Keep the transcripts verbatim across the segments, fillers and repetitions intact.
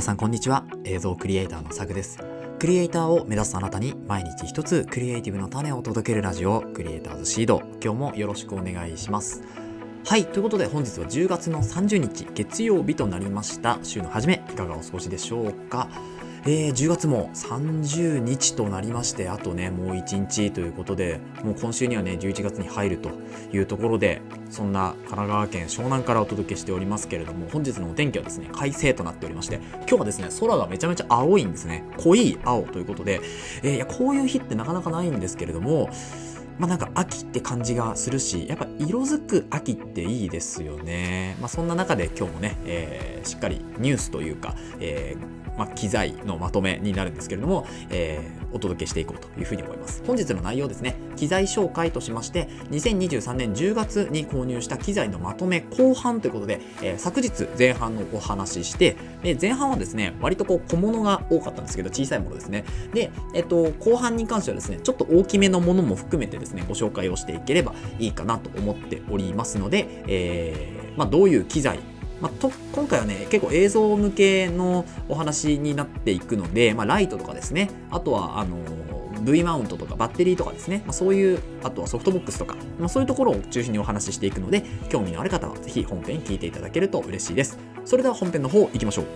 皆さんこんにちは。映像クリエイターのサグです。クリエイターを目指すあなたに毎日一つクリエイティブの種を届けるラジオ、クリエイターズシード。今日もよろしくお願いします。はい、ということで本日はじゅうがつのさんじゅうにち月曜日となりました。週の初めいかがお過ごしでしょうか。えー、じゅうがつもさんじゅうにちとなりまして、あとねもういちにちということで、もう今週にはねじゅういちがつに入るというところで、そんな神奈川県湘南からお届けしておりますけれども、本日のお天気はですね快晴となっておりまして、今日はですね空がめちゃめちゃ青いんですね。濃い青ということで、えー、いやこういう日ってなかなかないんですけれども、まあなんか秋って感じがするし、やっぱ色づく秋っていいですよね。まあそんな中で今日もね、えー、しっかりニュースというか、えーまあ、機材のまとめになるんですけれども、えー、お届けしていこうというふうに思います。本日の内容ですね、機材紹介としまして、にせんにじゅうさんねんじゅうがつに購入した機材のまとめ後半ということで、えー、昨日前半のお話しして、で前半はですね割とこう小物が多かったんですけど、小さいものですね。で、えっと、後半に関してはですねちょっと大きめのものも含めてですねご紹介をしていければいいかなと思っておりますので、えーまあ、どういう機材、まあ、と今回はね結構映像向けのお話になっていくので、まあ、ライトとかですね、あとはあの V マウントとかバッテリーとかですね、まあ、そういう、あとはソフトボックスとか、まあ、そういうところを中心にお話ししていくので、興味のある方はぜひ本編聞いていただけると嬉しいです。それでは本編の方行きましょう。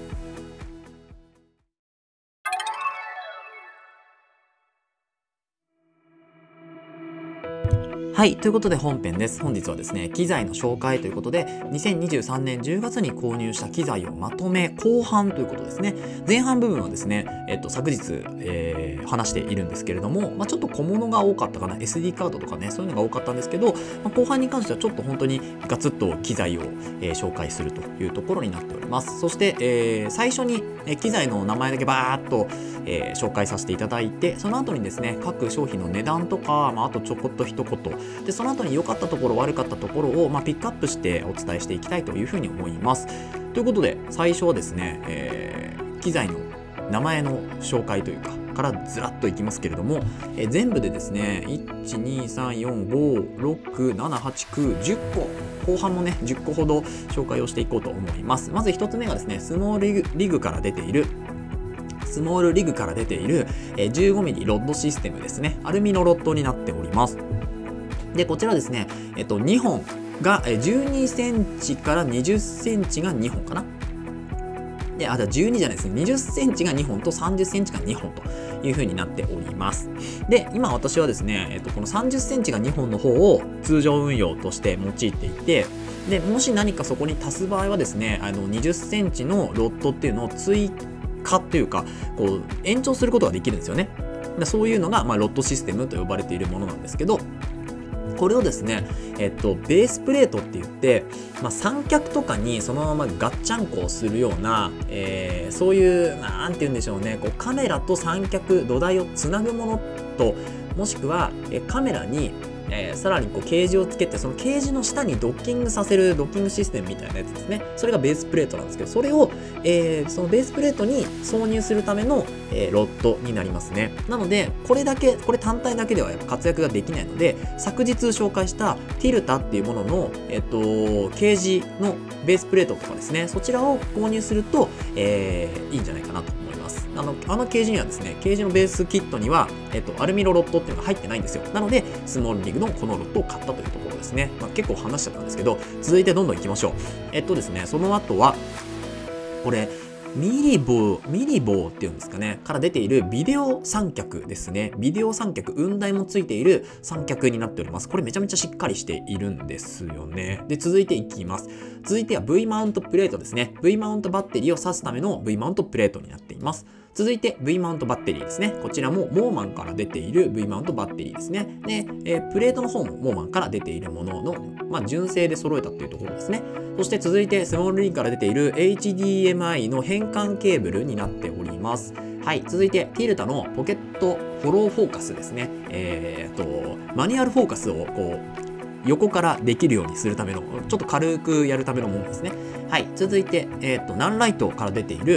はい、ということで本編です。本日はですね機材の紹介ということで、にせんにじゅうさんねんじゅうがつに購入した機材をまとめ後半ということですね。前半部分はですね、えっと、昨日、えー、話しているんですけれども、まあ、ちょっと小物が多かったかな、 エスディー カードとかね、そういうのが多かったんですけど、まあ、後半に関してはちょっと本当にガツッと機材を、えー、紹介するというところになっております。そして、えー、最初に、えー、機材の名前だけバーっと、えー、紹介させていただいて、その後にですね各商品の値段とか、まあ、あとちょこっと一言で、その後に良かったところ悪かったところを、まあ、ピックアップしてお伝えしていきたいというふうに思います。ということで最初はですね、えー、機材の名前の紹介というかからずらっといきますけれども、えー、全部でですね いちにさんよんごろくななはちきゅうじゅっこ、後半もねじゅっこほど紹介をしていこうと思います。まずひとつめがですねスモールリグ、リグから出ているスモールリグから出ている じゅうごミリ ロッドシステムですね。アルミのロッドになっております。でこちらですね、えっと、にほんがじゅうにセンチからにじゅっセンチがにほんかな。で、あ、じゃあじゅうにじゃないですね。にじゅっセンチがにほんとさんじゅっセンチがにほんという風になっております。で、今私はですね、えっと、このさんじゅっセンチがにほんの方を通常運用として用いていて、で、もし何かそこに足す場合はですね、あのにじゅっセンチのロッドっていうのを追加っていうか、こう延長することができるんですよね。でそういうのが、まあ、ロッドシステムと呼ばれているものなんですけど、これをですね、えっと、ベースプレートって言って、まあ、三脚とかにそのままガッチャンコをするような、えー、そういう、なんて言うんでしょうね、こうカメラと三脚、土台をつなぐものと、もしくはえカメラにえー、さらにこうケージをつけて、そのケージの下にドッキングさせるドッキングシステムみたいなやつですね。それがベースプレートなんですけど、それを、えー、そのベースプレートに挿入するための、えー、ロッドになりますね。なのでこれだけこれ単体だけではやっぱ活躍ができないので、昨日紹介したティルタっていうものの、えっと、ケージのベースプレートとかですね、そちらを購入すると、えー、いいんじゃないかなと思います。あの、あのケージにはですね、ケージのベースキットには、えっと、アルミのロッドっていうのが入ってないんですよ。なので、スモールリグのこのロッドを買ったというところですね。まあ、結構話しちゃったんですけど、続いてどんどん行きましょう。えっとですね、その後は、これ、ミリボー、ミリボーっていうんですかね、から出ているビデオ三脚ですね。ビデオ三脚、雲台もついている三脚になっております。これめちゃめちゃしっかりしているんですよね。で、続いていきます。続いては V マウントプレートですね。V マウントバッテリーを挿すための V マウントプレートになっています。続いて V マウントバッテリーですね。こちらもモーマンから出ている V マウントバッテリーですね。で、えー、プレートの方もモーマンから出ているものの、まあ、純正で揃えたっていうところですね。そして続いてスモールリンから出ている エイチディーエムアイ の変換ケーブルになっております。はい、続いてティルタのポケットフォローフォーカスですね。えー、とマニュアルフォーカスをこう横からできるようにするための、ちょっと軽くやるためのものですね。はい、続いて、えー、とナンライトから出ている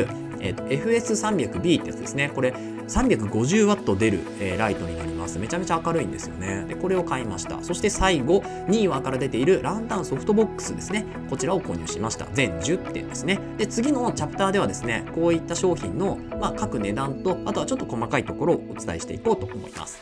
えっと、エフエスさんびゃくビー ってやつですね。これ、さんびゃくごじゅうワット出る、えー、ライトになります。めちゃめちゃ明るいんですよね。で、これを買いました。そして最後、にいわから出ているランタンソフトボックスですね。こちらを購入しました。全じゅってんですね。で、次のチャプターではですね、こういった商品の、まあ、各値段と、あとはちょっと細かいところをお伝えしていこうと思います。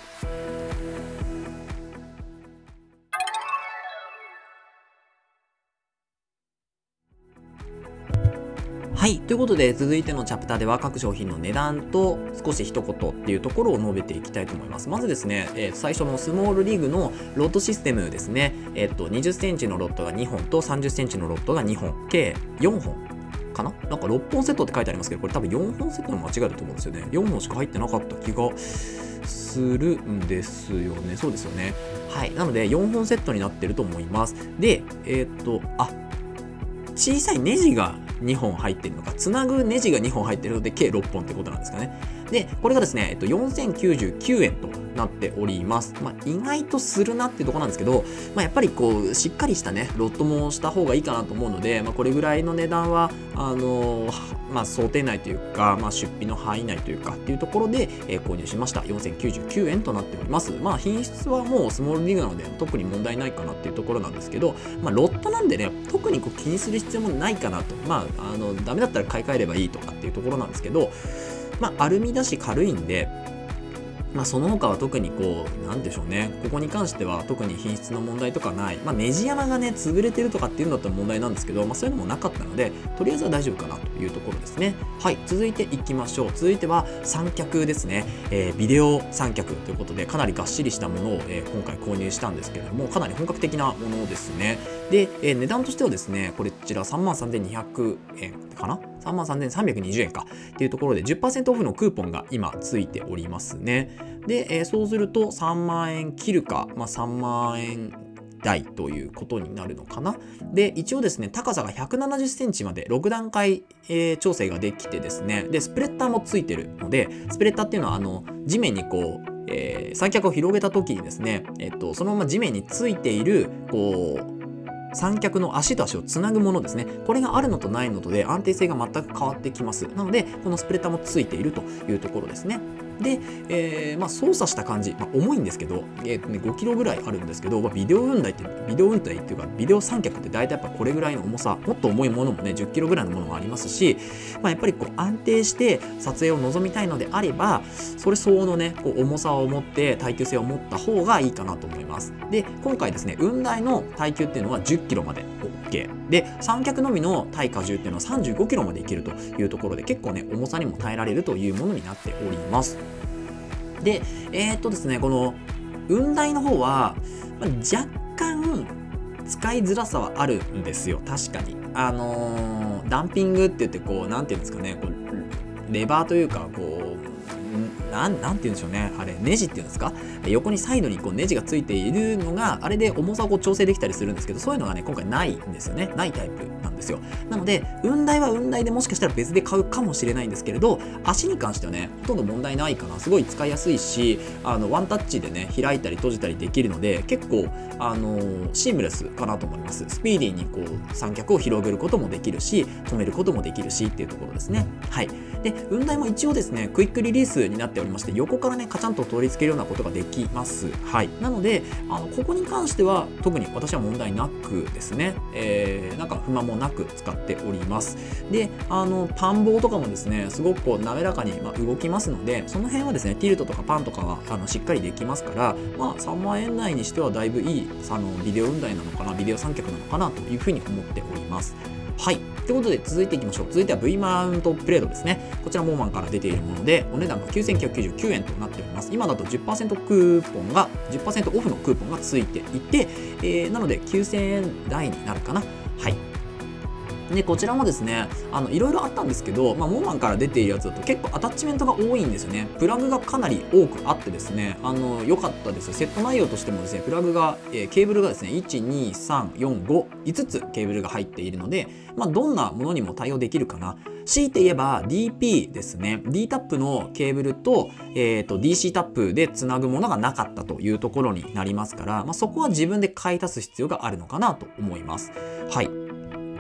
はい。ということで、続いてのチャプターでは各商品の値段と少し一言っていうところを述べていきたいと思います。まずですね、えー、最初のスモールリーグのロットシステムですね。えっと、にじゅっセンチのロットがにほんとさんじゅっセンチのロットがにほん、計よんほんかな？なんかろっぽんセットって書いてありますけど、これ多分よんほんセットの間違いだと思うんですよね。よんほんしか入ってなかった気がするんですよね。そうですよね。はい。なので、よんほんセットになってると思います。で、えっと、あ、小さいネジがにほん入ってるのか、つなぐネジがにほん入ってるので、計ろっぽんってことなんですかね。で、これがですね、えっと、よんせんきゅうじゅうきゅうえんとなっております。まあ、意外とするなっていうところなんですけど、まあ、やっぱりこう、しっかりしたね、ロットもした方がいいかなと思うので、まあ、これぐらいの値段は、あのー、まあ、想定内というか、まあ、出費の範囲内というかっていうところで、えー、購入しました。よんせんきゅうじゅうきゅうえんとなっております。まあ、品質はもうスモールリーグなので、特に問題ないかなっていうところなんですけど、まあ、ロットなんでね、特にこう気にする必要もないかなと。まあ、あの、ダメだったら買い替えればいいとかっていうところなんですけど、まあ、アルミだし軽いんで、まあ、その他は特にこう、なんでしょうね。ここに関しては特に品質の問題とかない。まあ、ネジ山がね、潰れてるとかっていうんだったら問題なんですけど、まあ、そういうのもなかったので、とりあえずは大丈夫かなというところですね。はい。続いていきましょう。続いては三脚ですね。えー、ビデオ三脚ということで、かなりがっしりしたものを、えー、今回購入したんですけれども、かなり本格的なものですね。で、えー、値段としてはですね、こちらさんまんさんぜんにひゃくえんかな？ さんまんさんぜんさんびゃくにじゅうえんかっていうところで じゅっパーセント オフのクーポンが今ついておりますね。で、えー、そうするとさんまんえん切るか、まあ、さんまんえん台ということになるのかな。で、一応ですね、高さがひゃくななじゅっセンチまでろくだんかい、えー、調整ができてですね、で、スプレッダーもついてるので、スプレッダーっていうのは、あの、地面にこう、えー、三脚を広げた時にですね、えっと、そのまま地面についている、こう、三脚の足と足をつなぐものですね。これがあるのとないのとで安定性が全く変わってきます。なので、このスプレッダーもついているというところですね。で、えー、まあ操作した感じ、まあ、重いんですけど、えーね、ごキロぐらいあるんですけど、まあ、ビデオ運台って、ビデオ運台っていうか、ビデオ三脚って大体やっぱこれぐらいの重さ、もっと重いものもね、じゅっキロぐらいのものもありますし、まあ、やっぱりこう安定して撮影を望みたいのであれば、それ相応のね、こう重さを持って耐久性を持った方がいいかなと思います。で、今回ですね、運台の耐久っていうのはじゅっキロまで OK。で、三脚のみの耐荷重っていうのはさんじゅうごキロまでいけるというところで、結構ね、重さにも耐えられるというものになっております。で、えー、っとですね、この雲台の方は、まあ、若干使いづらさはあるんですよ。確かに。あのー、ダンピングって言ってこう、なんていうんですかね、こうレバーというか、こう、なん、なんて言うんでしょうね。あれ、ネジっていうんですか？横にサイドにこうネジがついているのが、あれで重さをこう調整できたりするんですけど、そういうのがね、今回ないんですよね。ないタイプなんですよ。なので、雲台は雲台でもしかしたら別で買うかもしれないんですけれど、足に関してはね、ほとんど問題ないかな。すごい使いやすいし、あの、ワンタッチでね、開いたり閉じたりできるので、結構、あのー、シームレスかなと思います。スピーディーにこう、三脚を広げることもできるし、止めることもできるしっていうところですね。はい。で、雲台も一応ですね、クイックリリースになっておりまして、横からね、カチャンと取り付けるようなことができます。はい。なので、あの、ここに関しては、特に私は問題なくですね、えー、なんか不満もなく使っております。で、あの、パン棒とかもですね、すごくこう、滑らかに、まあ、動きますので、その辺はですね、ティルトとかパンとかは、あの、しっかりできますから、まあ、さんまんえん台にしてはだいぶいい、あの、ビデオ雲台なのかな、ビデオ三脚なのかな、というふうに思っております。はい。ということで、続いていきましょう。続いては V マウントプレートですね。こちらモーマンから出ているもので、お値段がきゅうせんきゅうひゃくきゅうじゅうきゅうえんとなっております。今だと じゅっパーセント クーポンが、じゅっパーセント オフのクーポンがついていて、えー、なのできゅうせんえん台になるかな。はい。で、こちらもですね、あの、いろいろあったんですけど、まあ、モーマンから出ているやつだと結構アタッチメントが多いんですよね。プラグがかなり多くあってですね、あの、良かったです。セット内容としてもですね、プラグが、えー、ケーブルがですね、いち、に、さん、よん、ご、いつつケーブルが入っているので、まあ、どんなものにも対応できるかな。強いて言えば ディーピー ですね。D タップのケーブルと、えっと、ディーシー タップでつなぐものがなかったというところになりますから、まあ、そこは自分で買い足す必要があるのかなと思います。はい。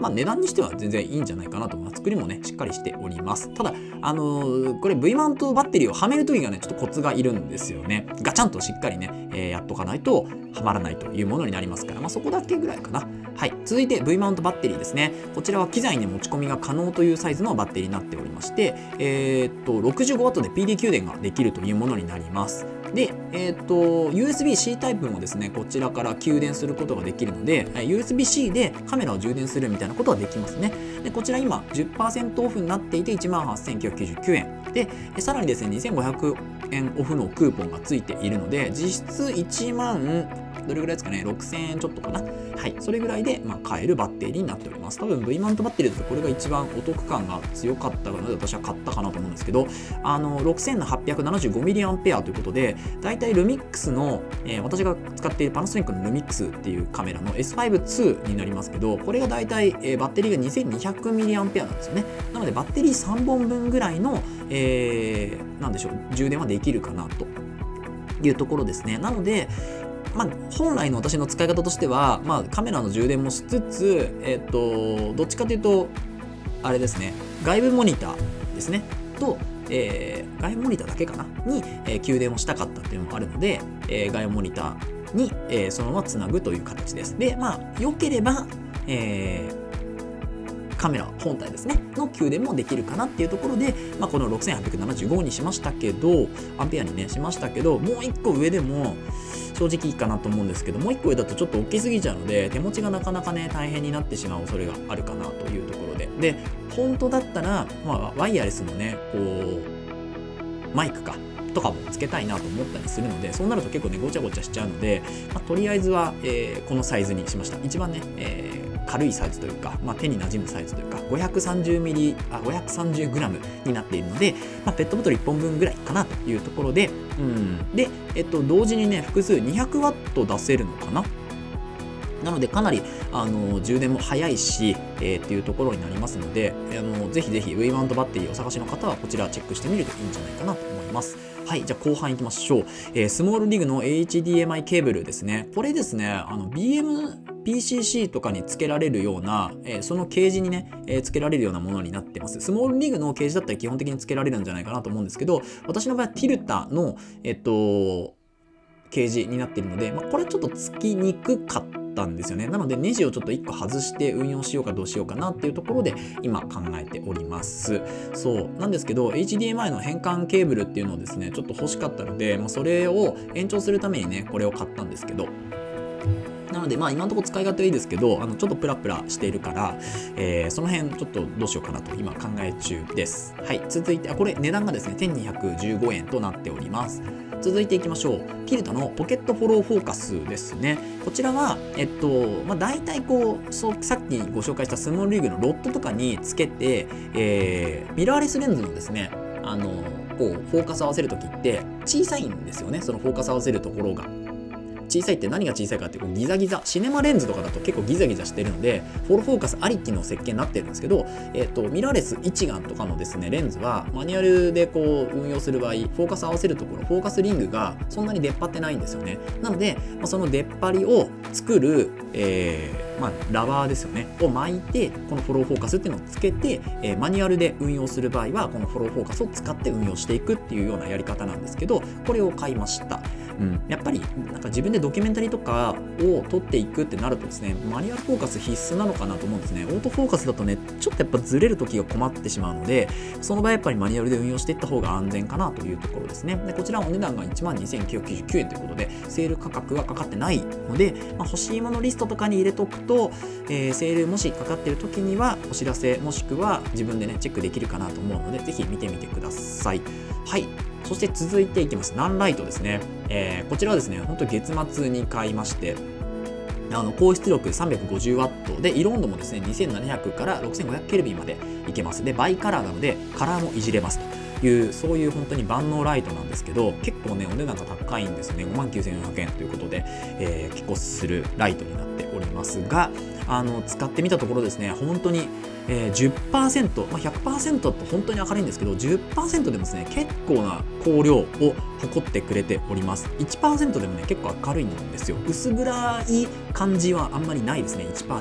まあ値段にしては全然いいんじゃないかなと思います。作りもね、しっかりしております。ただ、あのー、これ V マウントバッテリーをはめるときがね、ちょっとコツがいるんですよね。ガチャンとしっかりね、えー、やっとかないとはまらないというものになりますから、まあそこだけぐらいかな。はい。続いて V マウントバッテリーですね。こちらは機材に持ち込みが可能というサイズのバッテリーになっておりまして、えー、っと、ろくじゅうごワット で ピーディー 給電ができるというものになります。で、えー、っと、ユーエスビーシー タイプもですね、こちらから給電することができるので、ユーエスビーシー でカメラを充電するみたいなことはできますね。で、こちら今 じゅっパーセント オフになっていて いちまんはっせんきゅうひゃくきゅうじゅうきゅうえん。で、さらにですね、にせんごひゃくえんオフのクーポンがついているので、実質いちまん、どれぐらいですかね、ろくせんえんちょっとかな。はい、それぐらいで、まあ、買えるバッテリーになっております。多分 V マウントバッテリーだとこれが一番お得感が強かったので、私は買ったかなと思うんですけど、あの、ろくせんはっぴゃくななじゅうごミリアンペア ということで、だいたいルミックスの、えー、私が使っているパナソニックのルミックスっていうカメラの エスファイブツー になりますけど、これがだいたい、えー、バッテリーが にせんにひゃくミリアンペア なんですよね。なので、バッテリーさんぼんぶんぐらいの、えー、なんでしょう、充電はできるかなというところですね。なので、まあ、本来の私の使い方としては、まあ、カメラの充電もしつつ、えっと、どっちかというと、あれですね、外部モニターですね、と、えー、外部モニターだけかなに、えー、給電をしたかったっていうのもあるので、えー、外部モニターに、えー、そのままつなぐという形です。で、まあ、良ければ、えーカメラ本体ですねの給電もできるかなっていうところで、まあ、このろくせんはっぴゃくななじゅうごにしましたけど、アンペアにねしましたけど、もういっこ上でも正直いいかなと思うんですけど、もういっこ上だとちょっと大きすぎちゃうので、手持ちがなかなかね大変になってしまう恐れがあるかなというところで、で本当だったら、まあ、ワイヤレスのねこうマイクかとかもつけたいなと思ったりするので、そうなると結構ねごちゃごちゃしちゃうので、まあ、とりあえずは、えー、このサイズにしました。一番ね、えー軽いサイズというか、まあ、手に馴染むサイズというか ごひゃくさんじゅうミリ、あ ごひゃくさんじゅうグラム になっているので、まあ、ペットボトルいっぽんぶんぐらいかなというところで、うん、で、えっと、同時にね複数 にひゃくワット 出せるのかな。なのでかなりあの充電も早いし、えー、っていうところになりますので、あのぜひぜひ V マウントバッテリーをお探しの方はこちらチェックしてみるといいんじゃないかなと思います。はい、じゃあ後半いきましょう。えー、スモールリグの エイチディーエムアイ ケーブルですね。これですね、あの ビーエムピーシーシー とかにつけられるような、えー、そのケージにね、えー、つけられるようなものになってます。スモールリグのケージだったら基本的につけられるんじゃないかなと思うんですけど、私の場合はティルタの、えっと、ケージになっているので、まあ、これちょっとつきにくかったんですよね。なのでネジをちょっといっこ外して運用しようかどうしようかなっていうところで今考えております。そうなんですけど エイチディーエムアイ の変換ケーブルっていうのをですねちょっと欲しかったので、まあ、それを延長するためにねこれを買ったんですけど、なのでまあ今のところ使い勝手はいいですけど、あのちょっとプラプラしているから、えー、その辺ちょっとどうしようかなと今考え中です。はい、続いてあこれ値段がですねせんにひゃくじゅうごえんとなっております。続いていきましょう。ティルタのポケットフォローフォーカスですね。こちらは、えっと、まあ、大体こう、そうさっきご紹介したスモールリーグのロットとかにつけて、えー、ミラーレスレンズのですね、あの、こう、フォーカス合わせるときって小さいんですよね。そのフォーカス合わせるところが。小さいって何が小さいかってこうギザギザ、シネマレンズとかだと結構ギザギザしてるのでフォローフォーカスありきの設計になってるんですけど、えー、とミラーレス一眼とかのですねレンズはマニュアルでこう運用する場合フォーカス合わせるところフォーカスリングがそんなに出っ張ってないんですよね。なので、まあ、その出っ張りを作る、えーまあ、ラバーですよねを巻いてこのフォローフォーカスっていうのをつけて、えー、マニュアルで運用する場合はこのフォローフォーカスを使って運用していくっていうようなやり方なんですけど、これを買いました。うん、やっぱりなんか自分でドキュメンタリーとかを撮っていくってなるとですねマニュアルフォーカス必須なのかなと思うんですね。オートフォーカスだとねちょっとやっぱずれる時が困ってしまうので、その場合やっぱりマニュアルで運用していった方が安全かなというところですね。でこちらお値段がいちまんにせんきゅうひゃくきゅうじゅうきゅうえんということでセール価格がかかってないので、まあ、欲しいものリストとかに入れとくと、えー、セールもしかかっている時にはお知らせもしくは自分でねチェックできるかなと思うのでぜひ見てみてください。はい、そして続いていきます。ナンライトですね。えー、こちらはですね、本当月末に買いまして、あの高出力 さんびゃくごじゅうワット で色温度もですねにせんななひゃくからろくせんごひゃくケルビンまでいけます。でバイカラーなのでカラーもいじれますというそういう本当に万能ライトなんですけど、結構ねお値段が高いんですよね。ごまんきゅうせんよんひゃくえんということで、えー、結構するライトになっておりますが、あの使ってみたところですね本当にえー、じゅっパーセント、まあ、ひゃくパーセント と本当に明るいんですけど じゅっパーセント でもですね結構な光量を誇ってくれております。 いちパーセント でもね結構明るいんですよ。薄暗い感じはあんまりないですね いちパーセント でも。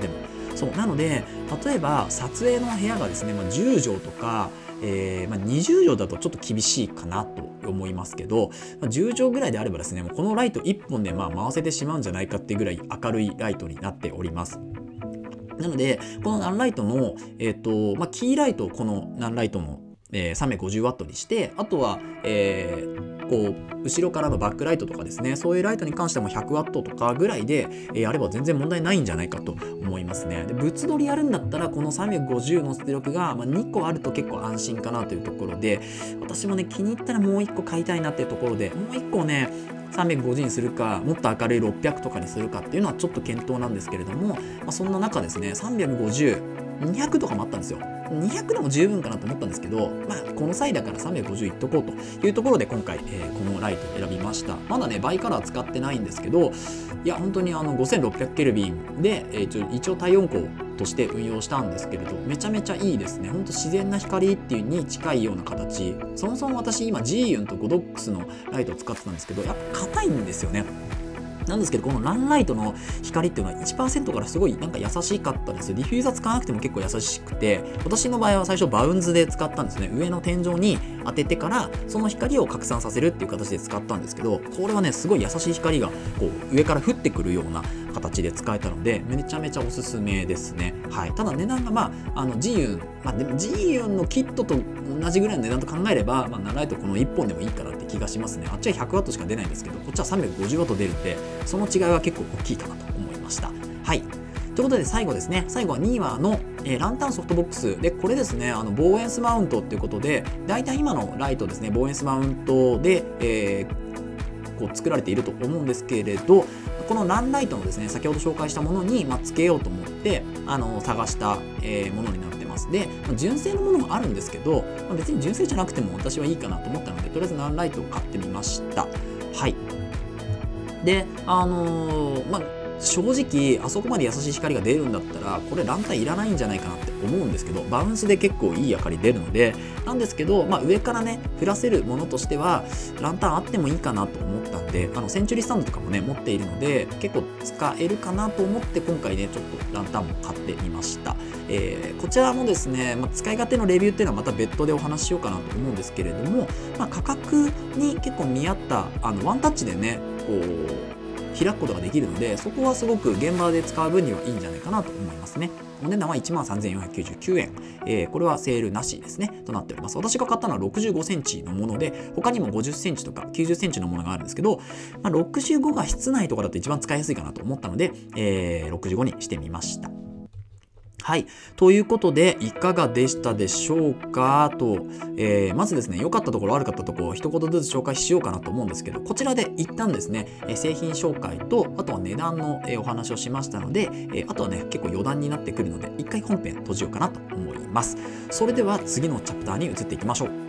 そうなので、例えば撮影の部屋がですね、まあ、じゅうじょうとか、えーまあ、にじゅうじょうだとちょっと厳しいかなと思いますけど、まあ、じゅうじょうぐらいであればですね、もうこのライトいっぽんでまあ回せてしまうんじゃないかっていうぐらい明るいライトになっております。なのでこのナンライトの、えーとまあ、キーライトをこのナンライトの、えー、さんびゃくごじゅうワットにして、あとは、えー、こう後ろからのバックライトとかですね、そういうライトに関してもひゃくワットとかぐらいで、えー、あれば全然問題ないんじゃないかと思いますね。で物撮りやるんだったらこのさんびゃくごじゅうの出力が、まあ、にこあると結構安心かなというところで、私もね気に入ったらもういっこ買いたいなっていうところで、もういっこねさんびゃくごじゅうにするか、もっと明るいろっぴゃくとかにするかっていうのはちょっと検討なんですけれども、まあ、そんな中ですね、さんびゃくごじゅう、にひゃくとかもあったんですよ。にひゃくでも十分かなと思ったんですけど、まあ、この際だからさんびゃくごじゅういっとこうというところで今回、えー、このライトを選びました。まだねバイカラー使ってないんですけど、いや本当にあのごせんろっぴゃくケルビンで、えー、一応太陽光として運用したんですけれど、めちゃめちゃいいですね。本当自然な光っていうに近いような形。そもそも私今ジーユンとゴドックスのライトを使ってたんですけど、やっぱ硬いんですよね。なんですけど、このランライトの光っていうのは いちパーセント からすごいなんか優しかったんですよ。ディフューザー使わなくても結構優しくて、私の場合は最初バウンズで使ったんですね。上の天井に当ててからその光を拡散させるっていう形で使ったんですけど、これはねすごい優しい光がこう上から降ってくるような形で使えたので、めちゃめちゃおすすめですね。はい、ただ値段がまああのジーユン、まあ、でもジーユンのキットと同じぐらいの値段と考えれば、まあ、ナンライトこのいっぽんでもいいかなって気がしますね。あっちはひゃくワットしか出ないんですけど、こっちはさんびゃくごじゅうワット出るんで、その違いは結構大きいかなと思いました。はい、ということで最後ですね、最後はニーワの、えー、ランタンソフトボックスで、これですね、あのボーエンスマウントっていうことで、だいたい今のライトですね、ボーエンスマウントで、えー、こう作られていると思うんですけれど、このランライトのですね、先ほど紹介したものに、まあ、つけようと思ってあの探した、えー、ものになってます。で、まあ、純正のものもあるんですけど、まあ、別に純正じゃなくても私はいいかなと思ったので、とりあえずランライトを買ってみました。はい。で、あのー、まあ正直あそこまで優しい光が出るんだったらこれランタンいらないんじゃないかなって思うんですけど、バウンスで結構いい明かり出るのでなんですけど、まあ、上からね降らせるものとしてはランタンあってもいいかなと思ったんで、あのセンチュリースタンドとかもね持っているので結構使えるかなと思って今回ねちょっとランタンも買ってみました。えー、こちらもですね、まあ、使い勝手のレビューっていうのはまた別途でお話ししようかなと思うんですけれども、まあ、価格に結構見合ったあのワンタッチでねこう開くことができるので、そこはすごく現場で使う分にはいいんじゃないかなと思いますね。お値段はいちまんさんぜんよんひゃくきゅうじゅうきゅうえん、えー、これはセールなしですねとなっております。私が買ったのはろくじゅうごセンチのもので、他にもごじゅっセンチとかきゅうじゅっセンチのものがあるんですけど、まあ、ろくじゅうごが室内とかだと一番使いやすいかなと思ったので、えー、ろくじゅうごにしてみました。はい。ということで、いかがでしたでしょうかと、えー、まずですね、良かったところ悪かったところを一言ずつ紹介しようかなと思うんですけど、こちらで一旦ですね、えー、製品紹介と、あとは値段の、えー、お話をしましたので、えー、あとはね、結構余談になってくるので、一回本編閉じようかなと思います。それでは次のチャプターに移っていきましょう。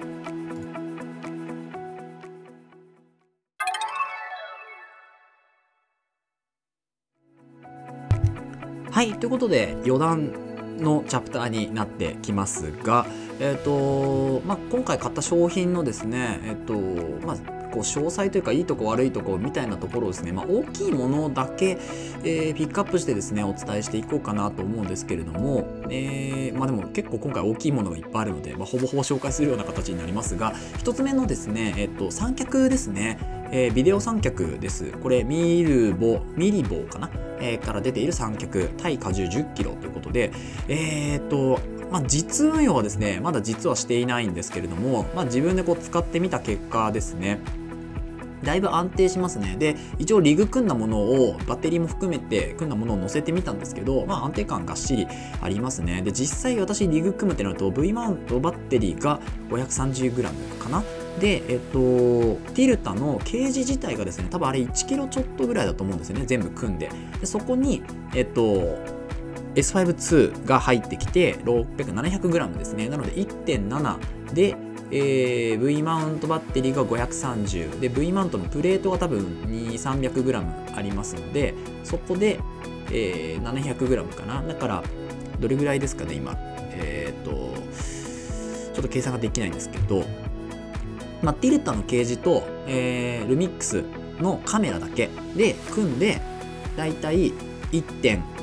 はい、ということで余談のチャプターになってきますが、えーとまあ、今回買った商品のですね、えーとまあ、こう詳細というかいいとこ悪いとこみたいなところをですね、まあ、大きいものだけ、えー、ピックアップしてですねお伝えしていこうかなと思うんですけれども、えーまあ、でも結構今回大きいものがいっぱいあるので、まあ、ほぼほぼ紹介するような形になりますが、ひとつめのですね、えーと三脚ですね、えー、ビデオ三脚です。これミルボミリボーかな、えー、から出ている三脚対荷重じゅっキロということで、えーとまあ、実運用はですねまだ実はしていないんですけれども、まあ、自分でこう使ってみた結果ですね、だいぶ安定しますね。で、一応リグ組んだものをバッテリーも含めて組んだものを乗せてみたんですけど、まあ安定感がっしりありますね。で、実際私リグ組むってなると V マウントバッテリーが ごひゃくさんじゅうグラム かな。で、えっと、ティルタのケージ自体がですね、多分あれいちキロちょっとぐらいだと思うんですよね、全部組んで。でそこに、えっと、エスファイブツー が入ってきてろっぴゃく、ななひゃくグラム ですね。なので いってんなな で、えー、V マウントバッテリーがごひゃくさんじゅうで V マウントのプレートが多分にひゃく、さんびゃくグラム ありますので、そこで、えー、ななひゃくグラム かな。だからどれぐらいですかね今、えー、っとちょっと計算ができないんですけど、まあ、ティルタのケージと、えー、ルミックスのカメラだけで組んでだいたいいってん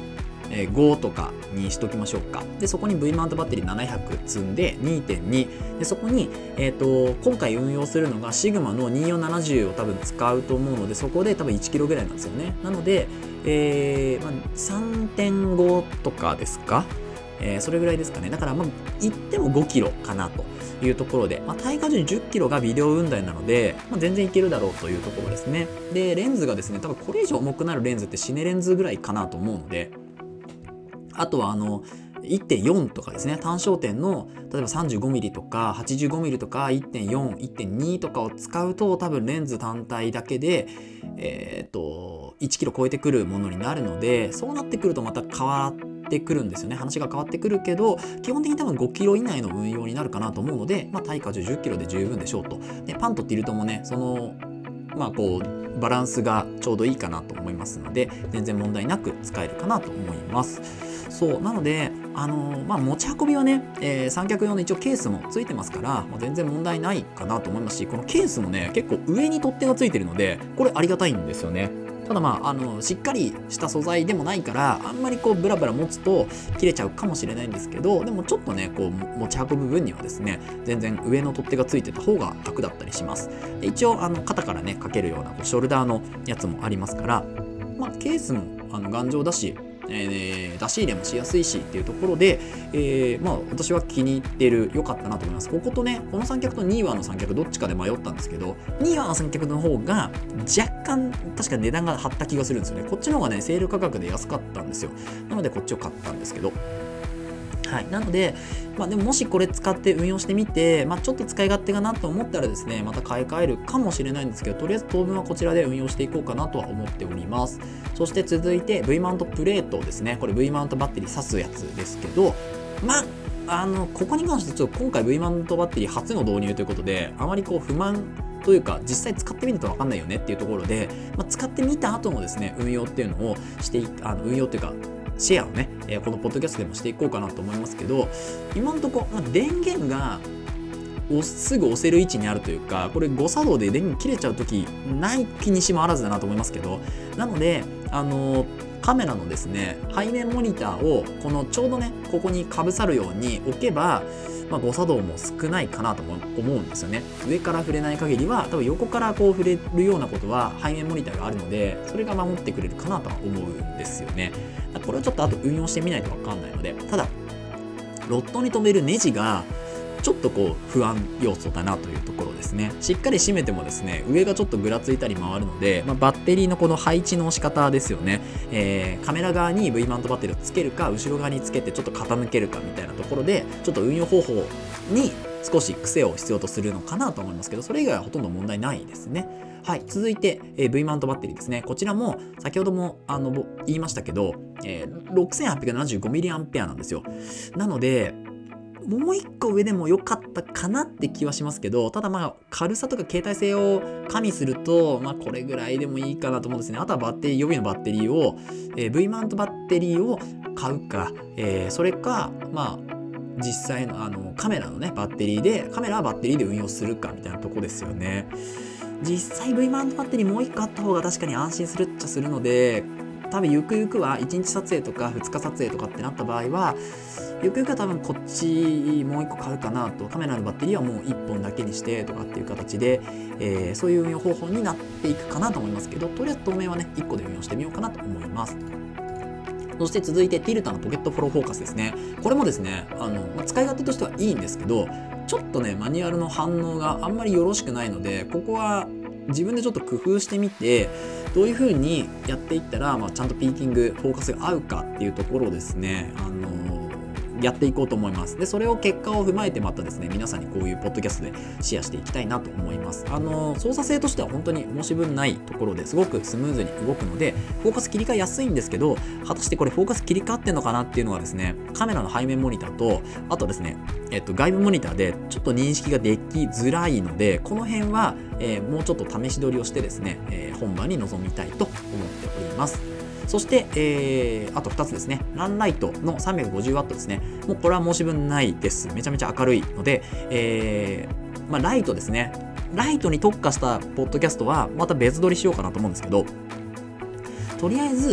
えー、ごとかにしときましょうか。で、そこに V マウントバッテリーななひゃく積んで にてんに で、そこに、えーと、今回運用するのがシグマのにじゅうよんななじゅうを多分使うと思うので、そこで多分いちキロぐらいなんですよね。なので、えーまあ、さんてんご とかですか、えー、それぐらいですかね。だからまあ言ってもごキロかなというところで、まあ、耐荷重じゅっキロがビデオ運台なので、まあ、全然いけるだろうというところですね。で、レンズがですね、多分これ以上重くなるレンズってシネレンズぐらいかなと思うので、あとはあの いってんよん とかですね、単焦点の例えば さんじゅうごミリ とか はちじゅうごミリ とか いってんよん、いってんに とかを使うと、多分レンズ単体だけでえっといちキロ超えてくるものになるので、そうなってくるとまた変わってくるんですよね。話が変わってくるけど、基本的に多分ごキロ以内の運用になるかなと思うので、まあ、耐荷重じゅっキロで十分でしょうと。で、パンとティルトもね、そのまあこうバランスがちょうどいいかなと思いますので、全然問題なく使えるかなと思います。そうなので、あのーまあ、持ち運びはね、えー、三脚用の一応ケースもついてますから、まあ、全然問題ないかなと思いますし、このケースもね結構上に取っ手がついてるので、これありがたいんですよね。ただまあ、あのしっかりした素材でもないから、あんまりこうブラブラ持つと切れちゃうかもしれないんですけど、でもちょっとねこう持ち運ぶ分にはですね、全然上の取っ手がついてた方が楽だったりします。で、一応あの肩からねかけるようなこうショルダーのやつもありますから、まあ、ケースもあの頑丈だし、えー、出し入れもしやすいしっていうところで、えー、まあ私は気に入ってる、良かったなと思います。こことね、この三脚とにわの三脚どっちかで迷ったんですけど、にわの三脚の方が若干確か値段が張った気がするんですよね。こっちの方がねセール価格で安かったんですよ。なのでこっちを買ったんですけど、はい、なので、まあ、でももしこれ使って運用してみて、まあ、ちょっと使い勝手がなと思ったらですね、また買い替えるかもしれないんですけど、とりあえず当分はこちらで運用していこうかなとは思っております。そして続いて V マウントプレートですね。これ V マウントバッテリー挿すやつですけど、まああのここに関してちょっと今回 V マウントバッテリー初の導入ということで、あまりこう不満というか実際使ってみると分かんないよねっていうところで、まあ、使ってみた後のですね運用っていうのをしてあの運用っていうかシェアをね、えー、このポッドキャストでもしていこうかなと思いますけど、今のところ、まあ、電源がすぐ押せる位置にあるというか、これ誤作動で電源切れちゃうときない気にしもあらずだなと思いますけど、なのであのー、カメラのですね背面モニターをこのちょうどねここにかぶさるように置けば、まあ、誤作動も少ないかなと思うんですよね。上から触れない限りは、多分横からこう触れるようなことは背面モニターがあるので、それが守ってくれるかなとは思うんですよね。これをちょっとあと運用してみないと分かんないので、ただロッドに留めるネジがちょっとこう不安要素だなというところですね。しっかり締めてもですね上がちょっとぐらついたり回るので、まあ、バッテリーのこの配置の仕方ですよね、えー、カメラ側に V マウントバッテリーをつけるか、後ろ側につけてちょっと傾けるかみたいなところで、ちょっと運用方法に少し癖を必要とするのかなと思いますけど、それ以外はほとんど問題ないですね。はい、続いて、えー、V マウントバッテリーですね。こちらも先ほどもあの言いましたけど、えー、ろくせんはっぴゃくななじゅうごミリアンペア なんですよ。なのでもう一個上でも良かったかなって気はしますけど、ただまあ軽さとか携帯性を加味すると、まあこれぐらいでもいいかなと思うんですね。あとはバッテリー、予備のバッテリーを、えー、V マウントバッテリーを買うか、えー、それかまあ実際のあのカメラのねバッテリーで、カメラはバッテリーで運用するかみたいなとこですよね。実際 V マウントバッテリーもう一個あった方が確かに安心するっちゃするので、多分ゆくゆくはいちにち撮影とかふつか撮影とかってなった場合は、ゆくゆくは多分こっちもう一個買うかなと、カメラのバッテリーはもういっぽんだけにしてとかっていう形で、えー、そういう運用方法になっていくかなと思いますけど、とりあえず当面はねいっこで運用してみようかなと思います。そして続いてティルタのポケットフォローフォーカスですね。これもですねあの、まあ、使い勝手としてはいいんですけど、ちょっとねマニュアルの反応があんまりよろしくないので、ここは自分でちょっと工夫してみて、どういう風にやっていったら、まあ、ちゃんとピーキングフォーカスが合うかっていうところをですね、あのー、やっていこうと思います。でそれを結果を踏まえてまたですね皆さんにこういうポッドキャストでシェアしていきたいなと思います。あのー、操作性としては本当に申し分ないところですごくスムーズに動くので、フォーカス切り替えやすいんですけど、果たしてこれフォーカス切り替わってんのかなっていうのはですね、カメラの背面モニターと、あとですねえっと、外部モニターでちょっと認識ができづらいので、この辺は、えー、もうちょっと試し撮りをしてですね、えー、本番に臨みたいと思っております。そして、えー、あとふたつですね。ランライトの さんびゃくごじゅうワット ですね。もうこれは申し分ないです。めちゃめちゃ明るいので、えーまあ、ライトですね。ライトに特化したポッドキャストはまた別撮りしようかなと思うんですけど、とりあえず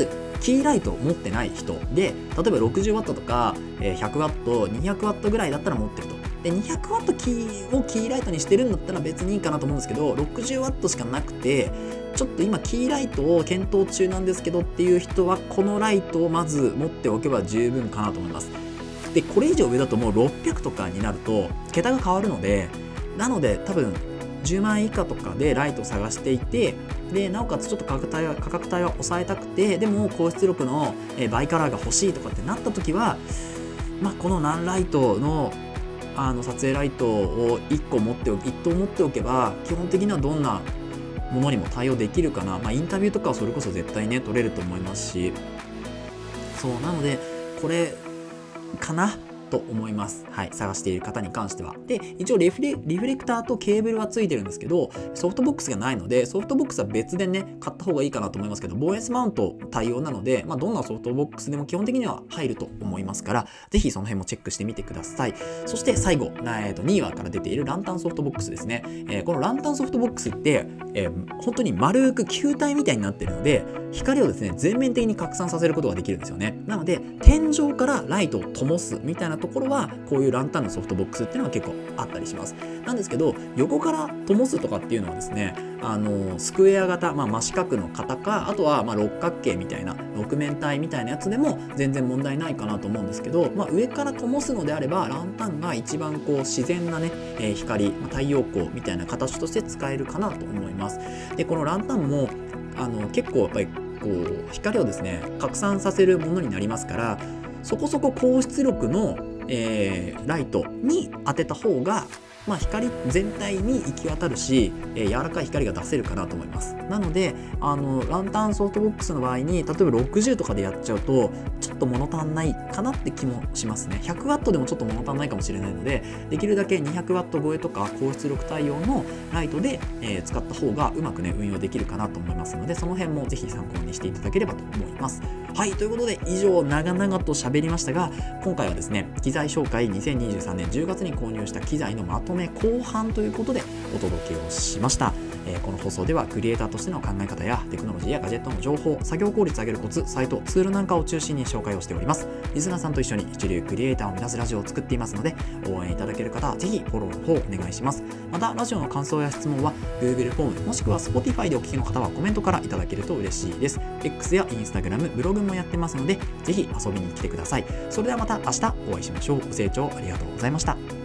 キーライトを持ってない人で、例えば ろくじゅうワット とか ひゃくワット、にひゃくワット ぐらいだったら持ってると。で にひゃくワット キーをキーライトにしてるんだったら別にいいかなと思うんですけど、 ろくじゅうワット しかなくてちょっと今キーライトを検討中なんですけどっていう人は、このライトをまず持っておけば十分かなと思います。でこれ以上上だともうろっぴゃくとかになると桁が変わるので、なので多分じゅうまんえん以下とかでライトを探していて、でなおかつちょっと価格帯は価格帯は抑えたくて、でも高出力のバイカラーが欲しいとかってなった時は、まあ、このナンライトのあの撮影ライトをいっこ持っておいっとう持っておけば基本的にはどんなものにも対応できるかな。まあ、インタビューとかはそれこそ絶対ね撮れると思いますし、そうなのでこれかなと思います。はい、探している方に関しては。で一応リフレ、リフレクターとケーブルはついてるんですけど、ソフトボックスがないので、ソフトボックスは別でね買った方がいいかなと思いますけど、ボーエスマウント対応なので、まあ、どんなソフトボックスでも基本的には入ると思いますから、ぜひその辺もチェックしてみてください。そして最後、えー、とにいわから出ているランタンソフトボックスですね。えー、このランタンソフトボックスって、えー、本当に丸く球体みたいになってるので、光をですね全面的に拡散させることができるんですよね。なので天井からライトを灯すみたいなところはこういうランタンのソフトボックスっていうのは結構あったりします。なんですけど、横から灯すとかっていうのはですね、あのスクエア型、まあ、真四角の型か、あとはまあ六角形みたいな六面体みたいなやつでも全然問題ないかなと思うんですけど、まあ、上から灯すのであればランタンが一番こう自然なね、えー、光、まあ、太陽光みたいな形として使えるかなと思います。でこのランタンもあの結構やっぱりこう光をですね拡散させるものになりますから、そこそこ高出力の、えー、ライトに当てた方が、まあ、光全体に行き渡るし、えー、柔らかい光が出せるかなと思います。なのであのランタンソフトボックスの場合に例えばろくじゅうとかでやっちゃうとちょっと物足んないかなって気もしますね。ひゃくワット でもちょっと物足んないかもしれないので、できるだけ にひゃくワット 超えとか高出力対応のライトで、えー、使った方がうまくね運用できるかなと思いますので、その辺もぜひ参考にしていただければと思います。はい、ということで以上長々と喋りましたが、今回はですね機材紹介にせんにじゅうさんねんじゅうがつに購入した機材のまとめ後半ということでお届けをしました。えー、この放送ではクリエイターとしての考え方やテクノロジーやガジェットの情報、作業効率上げるコツ、サイト、ツールなんかを中心に紹介をしております。リスナーさんと一緒に一流クリエイターを目指すラジオを作っていますので、応援いただける方はぜひフォローの方お願いします。またラジオの感想や質問は Google フォームもしくは Spotify でお聞きの方はコメントからいただけると嬉しいです。 X や Instagram、ブログもやってますのでぜひ遊びに来てください。それではまた明日お会いしましょう。ご清聴ありがとうございました。